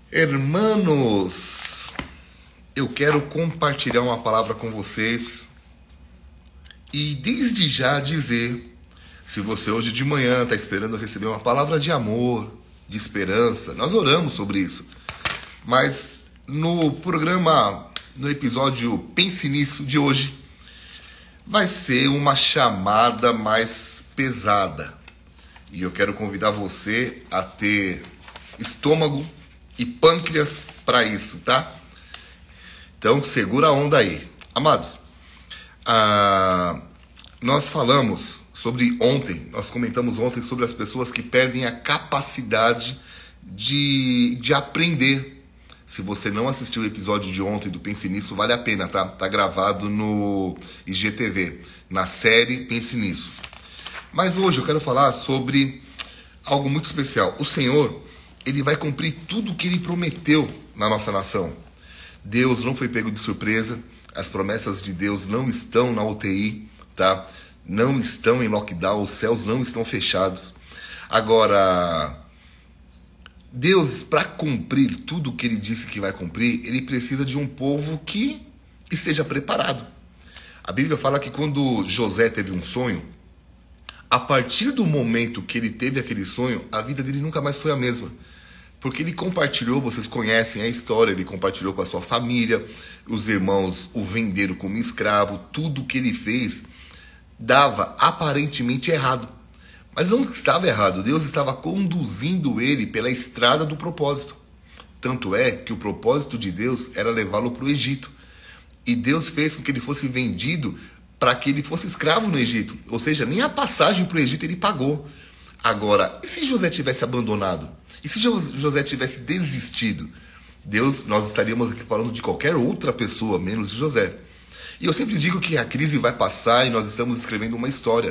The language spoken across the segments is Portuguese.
Hermanos, eu quero compartilhar uma palavra com vocês e desde já dizer, se você hoje de manhã está esperando receber uma palavra de amor, de esperança, nós oramos sobre isso, mas no episódio Pense Nisso de hoje, vai ser uma chamada mais pesada e eu quero convidar você a ter estômago e pâncreas para isso, tá? Então segura a onda aí. Amados, nós falamos sobre nós comentamos ontem sobre as pessoas que perdem a capacidade de aprender. Se você não assistiu o episódio de ontem do Pense Nisso, vale a pena, tá? Tá gravado no IGTV, na série Pense Nisso. Mas hoje eu quero falar sobre algo muito especial. O Senhor, Ele vai cumprir tudo o que Ele prometeu na nossa nação. Deus não foi pego de surpresa. As promessas de Deus não estão na UTI, tá? Não estão em lockdown, os céus não estão fechados. Agora, Deus, para cumprir tudo o que Ele disse que vai cumprir, Ele precisa de um povo que esteja preparado. A Bíblia fala que quando José teve um sonho, a partir do momento que ele teve aquele sonho, a vida dele nunca mais foi a mesma. Porque ele compartilhou, vocês conhecem a história, ele compartilhou com a sua família, os irmãos o venderam como escravo, tudo que ele fez dava aparentemente errado. Mas não estava errado, Deus estava conduzindo ele pela estrada do propósito. Tanto é que o propósito de Deus era levá-lo para o Egito. E Deus fez com que ele fosse vendido para que ele fosse escravo no Egito. Ou seja, nem a passagem para o Egito ele pagou. Agora, e se José tivesse abandonado? E se José tivesse desistido? Nós estaríamos aqui falando de qualquer outra pessoa, menos de José. E eu sempre digo que a crise vai passar e nós estamos escrevendo uma história.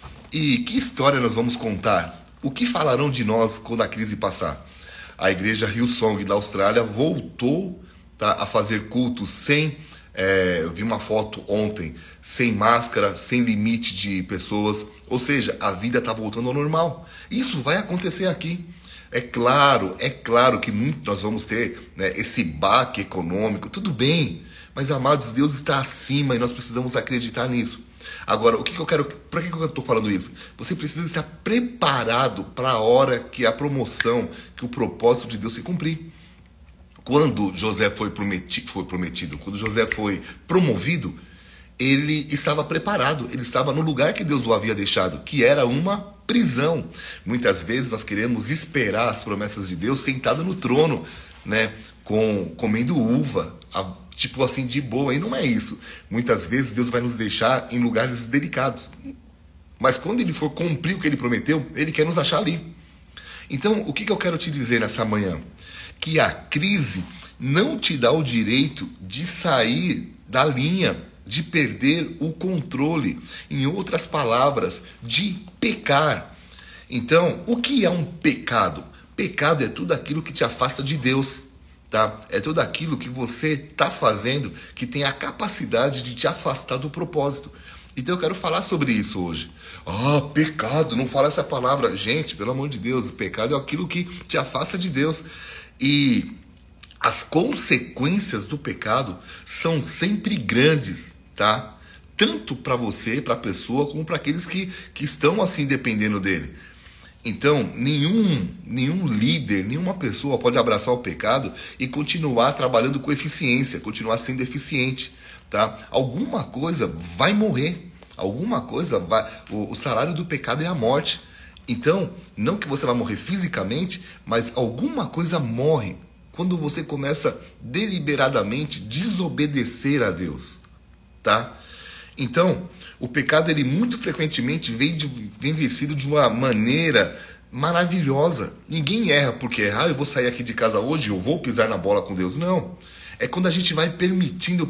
E que história nós vamos contar? O que falarão de nós quando a crise passar? A igreja Hillsong da Austrália voltou, tá, a fazer cultos sem... eu vi uma foto ontem, sem máscara, sem limite de pessoas. Ou seja, a vida está voltando ao normal. Isso vai acontecer aqui. É claro que nós vamos ter, né, esse baque econômico, tudo bem. Mas, amados, Deus está acima e nós precisamos acreditar nisso. Agora, para que eu estou falando isso? Você precisa estar preparado para a hora que a promoção, que o propósito de Deus se cumprir. Quando José foi prometido, quando José foi promovido, ele estava preparado, ele estava no lugar que Deus o havia deixado, que era uma prisão. Muitas vezes nós queremos esperar as promessas de Deus sentado no trono, né, comendo uva, tipo assim, de boa, e não é isso. Muitas vezes Deus vai nos deixar em lugares delicados, mas quando Ele for cumprir o que Ele prometeu, Ele quer nos achar ali. Então, o que eu quero te dizer nessa manhã? Que a crise não te dá o direito de sair da linha, de perder o controle. Em outras palavras, de pecar. Então, o que é um pecado? Pecado é tudo aquilo que te afasta de Deus, tá? É tudo aquilo que você está fazendo que tem a capacidade de te afastar do propósito. Então eu quero falar sobre isso hoje. Pecado, não fala essa palavra. Gente, pelo amor de Deus, pecado é aquilo que te afasta de Deus. E as consequências do pecado são sempre grandes, tá? Tanto para você, para a pessoa, como para aqueles que estão assim dependendo dele. Então, nenhum líder, nenhuma pessoa pode abraçar o pecado e continuar trabalhando com eficiência, continuar sendo eficiente, tá? Alguma coisa vai morrer, alguma coisa vai... O salário do pecado é a morte. Então, não que você vai morrer fisicamente, mas alguma coisa morre quando você começa deliberadamente desobedecer a Deus, tá? Então, o pecado, ele muito frequentemente vem vestido de uma maneira maravilhosa. Ninguém erra porque eu vou sair aqui de casa hoje, eu vou pisar na bola com Deus. Não. É quando a gente vai permitindo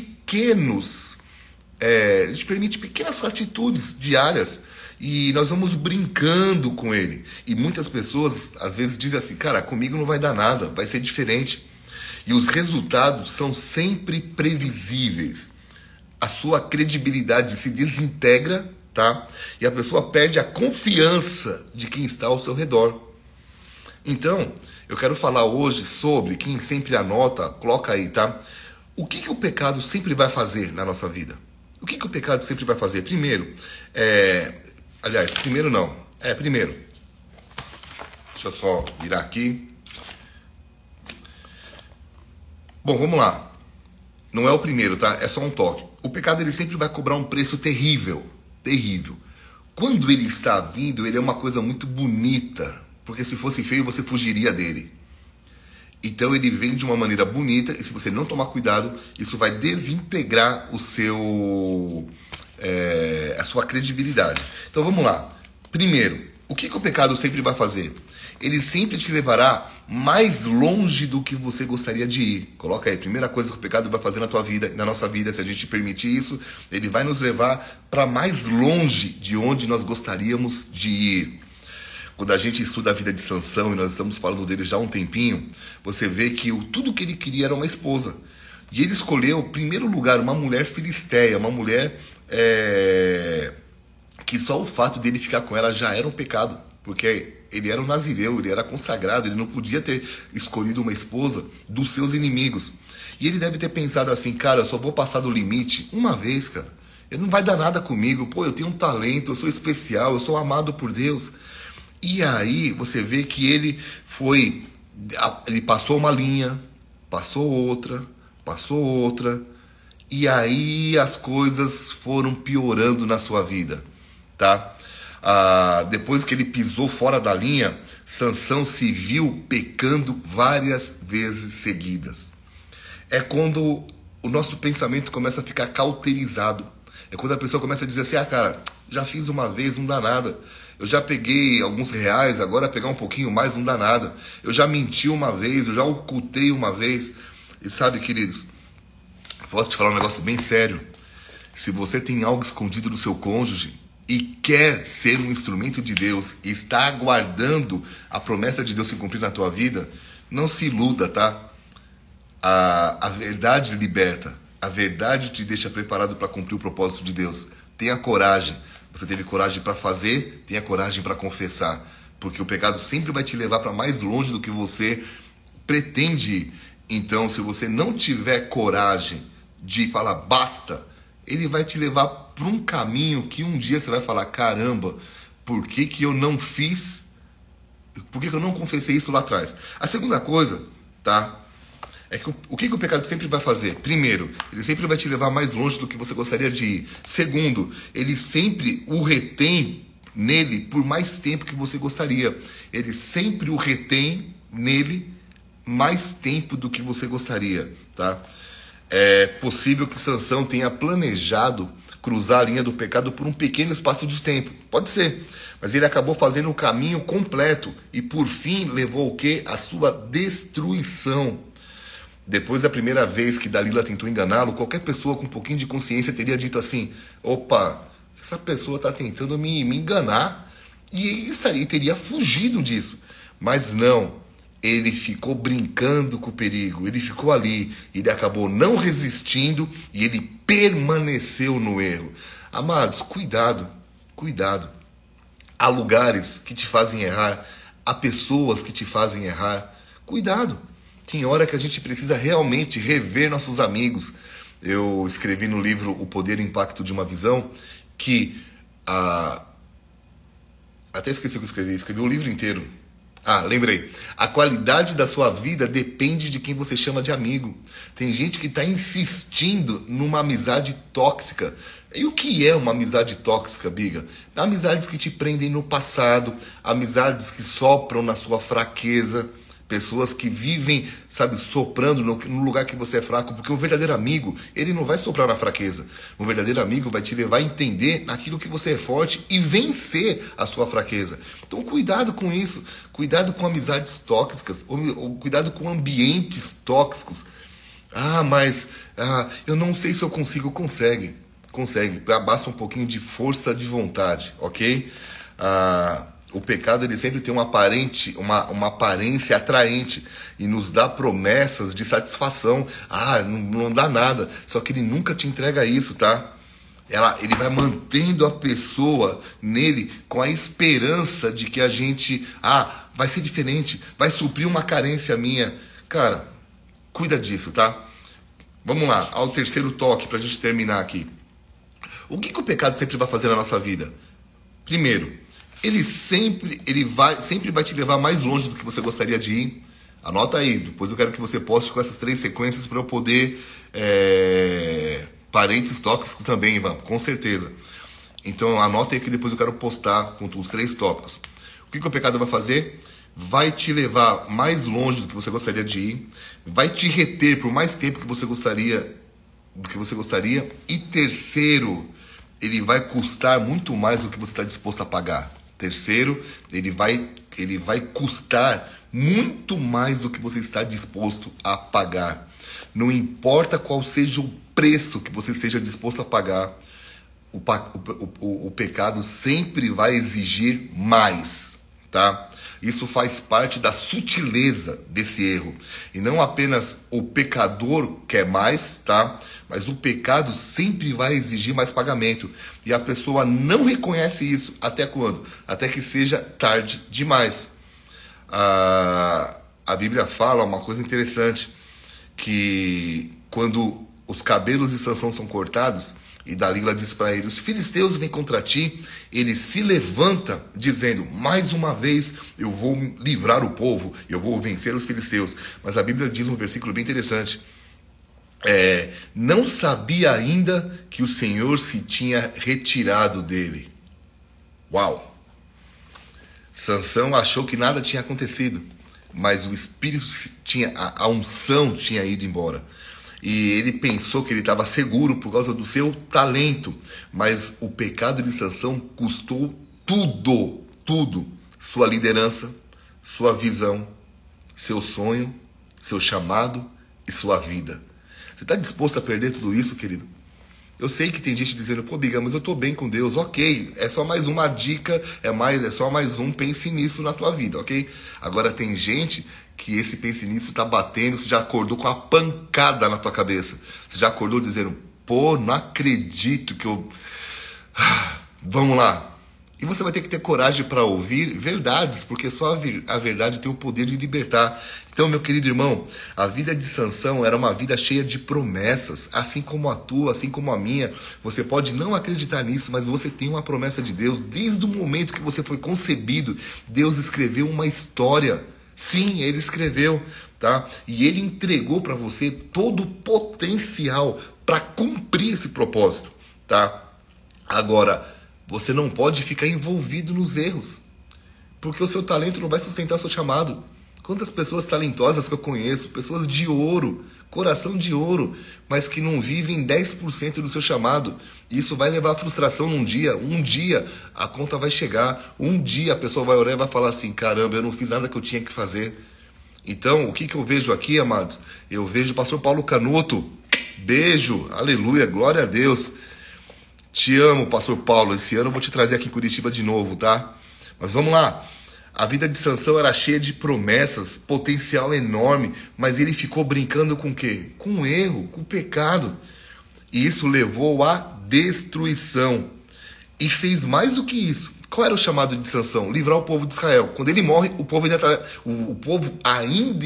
a gente permite pequenas atitudes diárias e nós vamos brincando com ele. E muitas pessoas, às vezes, dizem assim, cara, comigo não vai dar nada, vai ser diferente. E os resultados são sempre previsíveis. A sua credibilidade se desintegra, tá? E a pessoa perde a confiança de quem está ao seu redor. Então, Eu quero falar hoje sobre, quem sempre anota, coloca aí, tá? O que o pecado sempre vai fazer na nossa vida? O que o pecado sempre vai fazer? Primeiro, primeiro. Deixa eu só virar aqui. Bom, vamos lá. Não é o primeiro, tá? É só um toque. O pecado, ele sempre vai cobrar um preço terrível. Terrível. Quando ele está vindo, ele é uma coisa muito bonita. Porque se fosse feio, você fugiria dele. Então ele vem de uma maneira bonita. E se você não tomar cuidado, isso vai desintegrar a sua credibilidade. Então vamos lá. Primeiro, o que o pecado sempre vai fazer? Ele sempre te levará mais longe do que você gostaria de ir. Coloca aí, primeira coisa que o pecado vai fazer na tua vida, na nossa vida, se a gente permitir isso, ele vai nos levar para mais longe de onde nós gostaríamos de ir. Quando a gente estuda a vida de Sansão, e nós estamos falando dele já há um tempinho, você vê que tudo que ele queria era uma esposa. E ele escolheu, em primeiro lugar, uma mulher filisteia, uma mulher que só o fato dele ficar com ela já era um pecado, porque ele era um nazireu, ele era consagrado, ele não podia ter escolhido uma esposa dos seus inimigos. E ele deve ter pensado assim, cara, eu só vou passar do limite uma vez, cara. Ele não vai dar nada comigo, pô, eu tenho um talento, eu sou especial, eu sou amado por Deus. E aí você vê que ele passou uma linha, passou outra, e aí as coisas foram piorando na sua vida, tá? Depois que ele pisou fora da linha, Sansão se viu pecando várias vezes seguidas. É quando o nosso pensamento começa a ficar cauterizado. É quando a pessoa começa a dizer assim, cara, já fiz uma vez, não dá nada. Eu já peguei alguns reais, agora pegar um pouquinho mais não dá nada. Eu já menti uma vez, eu já ocultei uma vez. E sabe, queridos, posso te falar um negócio bem sério? Se você tem algo escondido do seu cônjuge e quer ser um instrumento de Deus e está aguardando a promessa de Deus se cumprir na tua vida, não se iluda, tá? A verdade liberta. A verdade te deixa preparado para cumprir o propósito de Deus. Tenha coragem. Você teve coragem para fazer, tenha coragem para confessar. Porque o pecado sempre vai te levar para mais longe do que você pretende ir. Então, se você não tiver coragem de falar basta, ele vai te levar para um caminho que um dia você vai falar, caramba, por que eu não fiz, por que eu não confessei isso lá atrás? A segunda coisa, tá? É que o que o pecado sempre vai fazer? Primeiro, ele sempre vai te levar mais longe do que você gostaria de ir. Segundo, ele sempre o retém nele por mais tempo que você gostaria. Ele sempre o retém nele mais tempo do que você gostaria, tá? É possível que Sansão tenha planejado cruzar a linha do pecado por um pequeno espaço de tempo. Pode ser. Mas ele acabou fazendo o caminho completo e por fim levou o quê? A sua destruição. Depois da primeira vez que Dalila tentou enganá-lo, qualquer pessoa com um pouquinho de consciência teria dito assim, opa, essa pessoa está tentando me enganar, e isso aí teria fugido disso. Mas não, ele ficou brincando com o perigo, ele ficou ali, ele acabou não resistindo e ele permaneceu no erro. Amados, cuidado, cuidado. Há lugares que te fazem errar, há pessoas que te fazem errar, cuidado. Tem hora que a gente precisa realmente rever nossos amigos. Eu escrevi no livro O Poder e o Impacto de uma Visão que... Até esqueci o que eu escrevi o livro inteiro. Lembrei. A qualidade da sua vida depende de quem você chama de amigo. Tem gente que está insistindo numa amizade tóxica. E o que é uma amizade tóxica, Biga? Amizades que te prendem no passado, amizades que sopram na sua fraqueza, pessoas que vivem, sabe, soprando no lugar que você é fraco, porque o verdadeiro amigo, ele não vai soprar na fraqueza. O verdadeiro amigo vai te levar a entender naquilo que você é forte e vencer a sua fraqueza. Então cuidado com isso, cuidado com amizades tóxicas, ou cuidado com ambientes tóxicos. Mas eu não sei se eu consigo. Consegue, basta um pouquinho de força de vontade, ok? O pecado, ele sempre tem uma aparência atraente e nos dá promessas de satisfação. Não dá nada. Só que ele nunca te entrega isso, tá? Ele vai mantendo a pessoa nele com a esperança de que a gente... vai ser diferente, vai suprir uma carência minha. Cara, cuida disso, tá? Vamos lá, ao terceiro toque pra gente terminar aqui. O que o pecado sempre vai fazer na nossa vida? Primeiro, ele sempre vai te levar mais longe do que você gostaria de ir. Anota aí, depois eu quero que você poste com essas 3 sequências para eu poder... parênteses tóxicos também, Ivan, com certeza. Então anota aí que depois eu quero postar com os 3 tópicos. O que o pecado vai fazer? Vai te levar mais longe do que você gostaria de ir, vai te reter por mais tempo que você gostaria, e terceiro, ele vai custar muito mais do que você está disposto a pagar. Terceiro, ele vai custar muito mais do que você está disposto a pagar. Não importa qual seja o preço que você esteja disposto a pagar, o pecado sempre vai exigir mais, tá? Isso faz parte da sutileza desse erro. E não apenas o pecador quer mais, tá? Mas o pecado sempre vai exigir mais pagamento. E a pessoa não reconhece isso. Até quando? Até que seja tarde demais. A Bíblia fala uma coisa interessante, que quando os cabelos de Sansão são cortados, e Dalila diz para ele: os filisteus vêm contra ti. Ele se levanta dizendo: mais uma vez eu vou livrar o povo, eu vou vencer os filisteus. Mas a Bíblia diz um versículo bem interessante: não sabia ainda que o Senhor se tinha retirado dele. Uau! Sansão achou que nada tinha acontecido, mas o Espírito a unção tinha ido embora. E ele pensou que ele estava seguro por causa do seu talento. Mas o pecado de Sansão custou tudo. Sua liderança, sua visão, seu sonho, seu chamado e sua vida. Você está disposto a perder tudo isso, querido? Eu sei que tem gente dizendo: pô, Biga, mas eu estou bem com Deus. Ok, é só mais uma dica, é só mais um pense nisso na tua vida, ok? Agora tem gente que esse pense nisso está batendo, você já acordou com uma pancada na tua cabeça. Você já acordou dizendo: pô, não acredito que eu... Vamos lá. E você vai ter que ter coragem para ouvir verdades, porque só a verdade tem o poder de libertar. Então, meu querido irmão, a vida de Sansão era uma vida cheia de promessas, assim como a tua, assim como a minha. Você pode não acreditar nisso, mas você tem uma promessa de Deus. Desde o momento que você foi concebido, Deus escreveu uma história. Sim, ele escreveu, tá? E ele entregou para você todo o potencial para cumprir esse propósito, tá? Agora, você não pode ficar envolvido nos erros, porque o seu talento não vai sustentar o seu chamado. Quantas pessoas talentosas que eu conheço, pessoas de ouro, coração de ouro, mas que não vivem 10% do seu chamado. E isso vai levar à frustração num dia. Um dia a conta vai chegar. Um dia a pessoa vai orar e vai falar assim: caramba, eu não fiz nada que eu tinha que fazer. Então, o que eu vejo aqui, amados? Eu vejo o pastor Paulo Canuto. Beijo, aleluia, glória a Deus. Te amo, pastor Paulo. Esse ano eu vou te trazer aqui em Curitiba de novo, tá? Mas vamos lá. A vida de Sansão era cheia de promessas, potencial enorme, mas ele ficou brincando com o quê? Com o erro, com o pecado. E isso levou à destruição. E fez mais do que isso. Qual era o chamado de Sansão? Livrar o povo de Israel. Quando ele morre, o povo ainda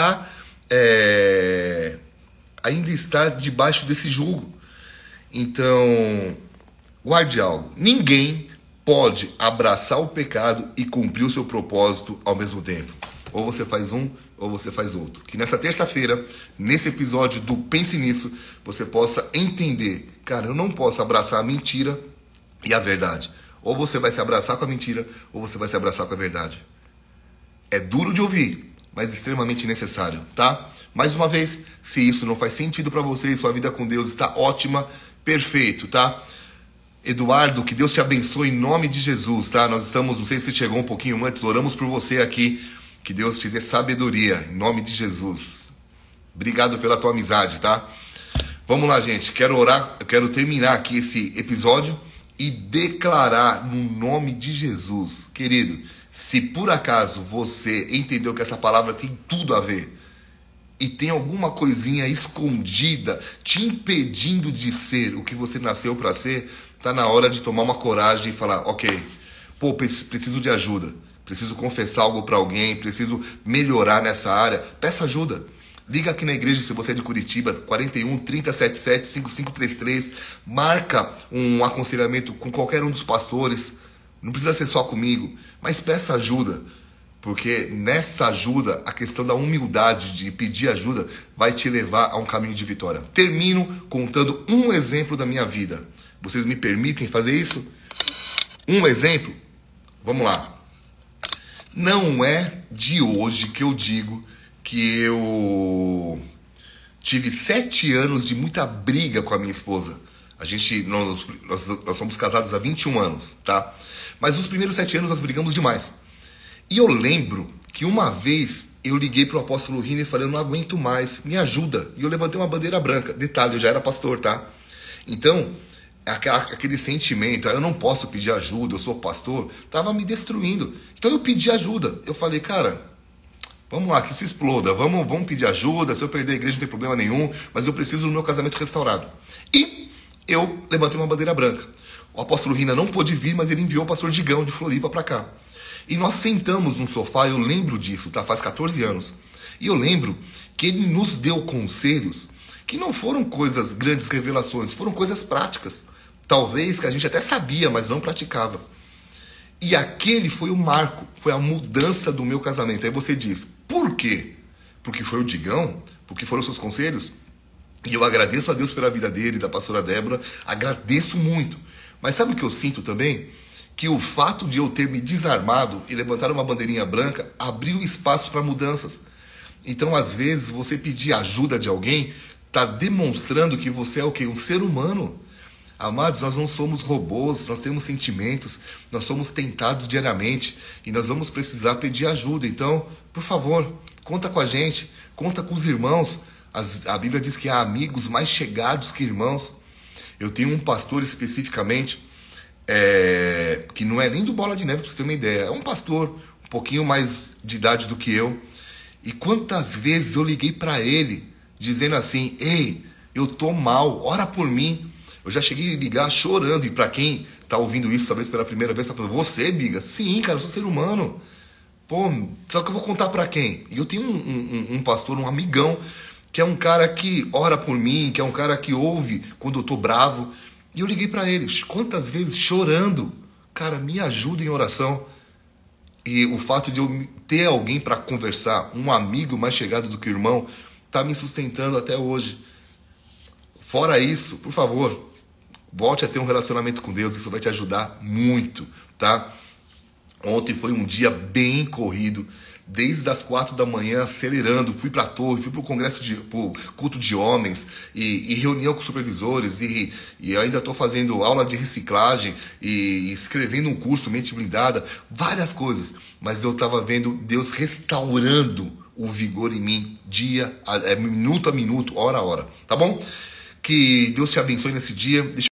está debaixo desse jugo. Então, guarde algo. Ninguém pode abraçar o pecado e cumprir o seu propósito ao mesmo tempo. Ou você faz um, ou você faz outro. Que nessa terça-feira, nesse episódio do Pense Nisso, você possa entender: cara, eu não posso abraçar a mentira e a verdade. Ou você vai se abraçar com a mentira, ou você vai se abraçar com a verdade. É duro de ouvir, mas extremamente necessário, tá? Mais uma vez, se isso não faz sentido para você e sua vida com Deus está ótima, perfeito, tá? Eduardo, que Deus te abençoe em nome de Jesus, tá? Nós estamos, não sei se você chegou um pouquinho antes, oramos por você aqui. Que Deus te dê sabedoria, em nome de Jesus. Obrigado pela tua amizade, tá? Vamos lá, gente. Quero orar, eu quero terminar aqui esse episódio e declarar no nome de Jesus. Querido, se por acaso você entendeu que essa palavra tem tudo a ver e tem alguma coisinha escondida te impedindo de ser o que você nasceu para ser, tá na hora de tomar uma coragem e falar: ok, pô, preciso de ajuda. preciso confessar algo para alguém, preciso melhorar nessa área, peça ajuda. Liga aqui na igreja, se você é de Curitiba, 41 3077 5533, marca um aconselhamento com qualquer um dos pastores, não precisa ser só comigo, mas peça ajuda, porque nessa ajuda, a questão da humildade de pedir ajuda vai te levar a um caminho de vitória. Termino contando um exemplo da minha vida. Vocês me permitem fazer isso? Um exemplo? Vamos lá. Não é de hoje que eu digo que eu tive 7 anos de muita briga com a minha esposa. Nós somos casados há 21 anos, tá? Mas nos primeiros 7 anos nós brigamos demais. E eu lembro que uma vez eu liguei para o apóstolo Rino e falei, eu não aguento mais, me ajuda. E eu levantei uma bandeira branca. Detalhe, eu já era pastor, tá? Então, aquele sentimento, eu não posso pedir ajuda, eu sou pastor, estava me destruindo. Então eu pedi ajuda. Eu falei, cara, vamos lá, que se exploda, vamos pedir ajuda, se eu perder a igreja não tem problema nenhum, mas eu preciso do meu casamento restaurado. E eu levantei uma bandeira branca. O apóstolo Rina não pôde vir, mas ele enviou o pastor Digão de Floripa para cá. E nós sentamos no sofá, eu lembro disso, tá? Faz 14 anos. E eu lembro que ele nos deu conselhos que não foram coisas, grandes revelações, foram coisas práticas. Talvez que a gente até sabia, mas não praticava. E aquele foi o marco, foi a mudança do meu casamento. Aí você diz, por quê? Porque foi o Digão? Porque foram os seus conselhos? E eu agradeço a Deus pela vida dele, da pastora Débora, agradeço muito. Mas sabe o que eu sinto também? Que o fato de eu ter me desarmado e levantar uma bandeirinha branca abriu espaço para mudanças. Então, às vezes, você pedir ajuda de alguém está demonstrando que você é o quê? Um ser humano. Amados, nós não somos robôs, nós temos sentimentos, nós somos tentados diariamente e nós vamos precisar pedir ajuda. Então, por favor, conta com a gente, conta com os irmãos. A Bíblia diz que há amigos mais chegados que irmãos. Eu tenho um pastor especificamente, que não é nem do Bola de Neve, para você ter uma ideia. É um pastor um pouquinho mais de idade do que eu. E quantas vezes eu liguei para ele, dizendo assim, ei, eu tô mal, ora por mim. Eu já cheguei a ligar chorando, e para quem tá ouvindo isso, talvez pela primeira vez, tá falando, você, biga? Sim, cara, eu sou ser humano. Pô, só que eu vou contar para quem? E eu tenho um pastor, um amigão, que é um cara que ora por mim, que é um cara que ouve quando eu tô bravo. E eu liguei para ele, quantas vezes chorando, cara, me ajuda em oração. E o fato de eu ter alguém para conversar, um amigo mais chegado do que o irmão, tá me sustentando até hoje. Fora isso, por favor, volte a ter um relacionamento com Deus, isso vai te ajudar muito, tá? Ontem foi um dia bem corrido, desde as 4 da manhã, acelerando, fui para a torre, fui para o congresso, pro culto de homens, e reunião com supervisores, e ainda estou fazendo aula de reciclagem, e escrevendo um curso, Mente Blindada, várias coisas. Mas eu estava vendo Deus restaurando o vigor em mim, minuto a minuto, hora a hora, tá bom? Que Deus te abençoe nesse dia.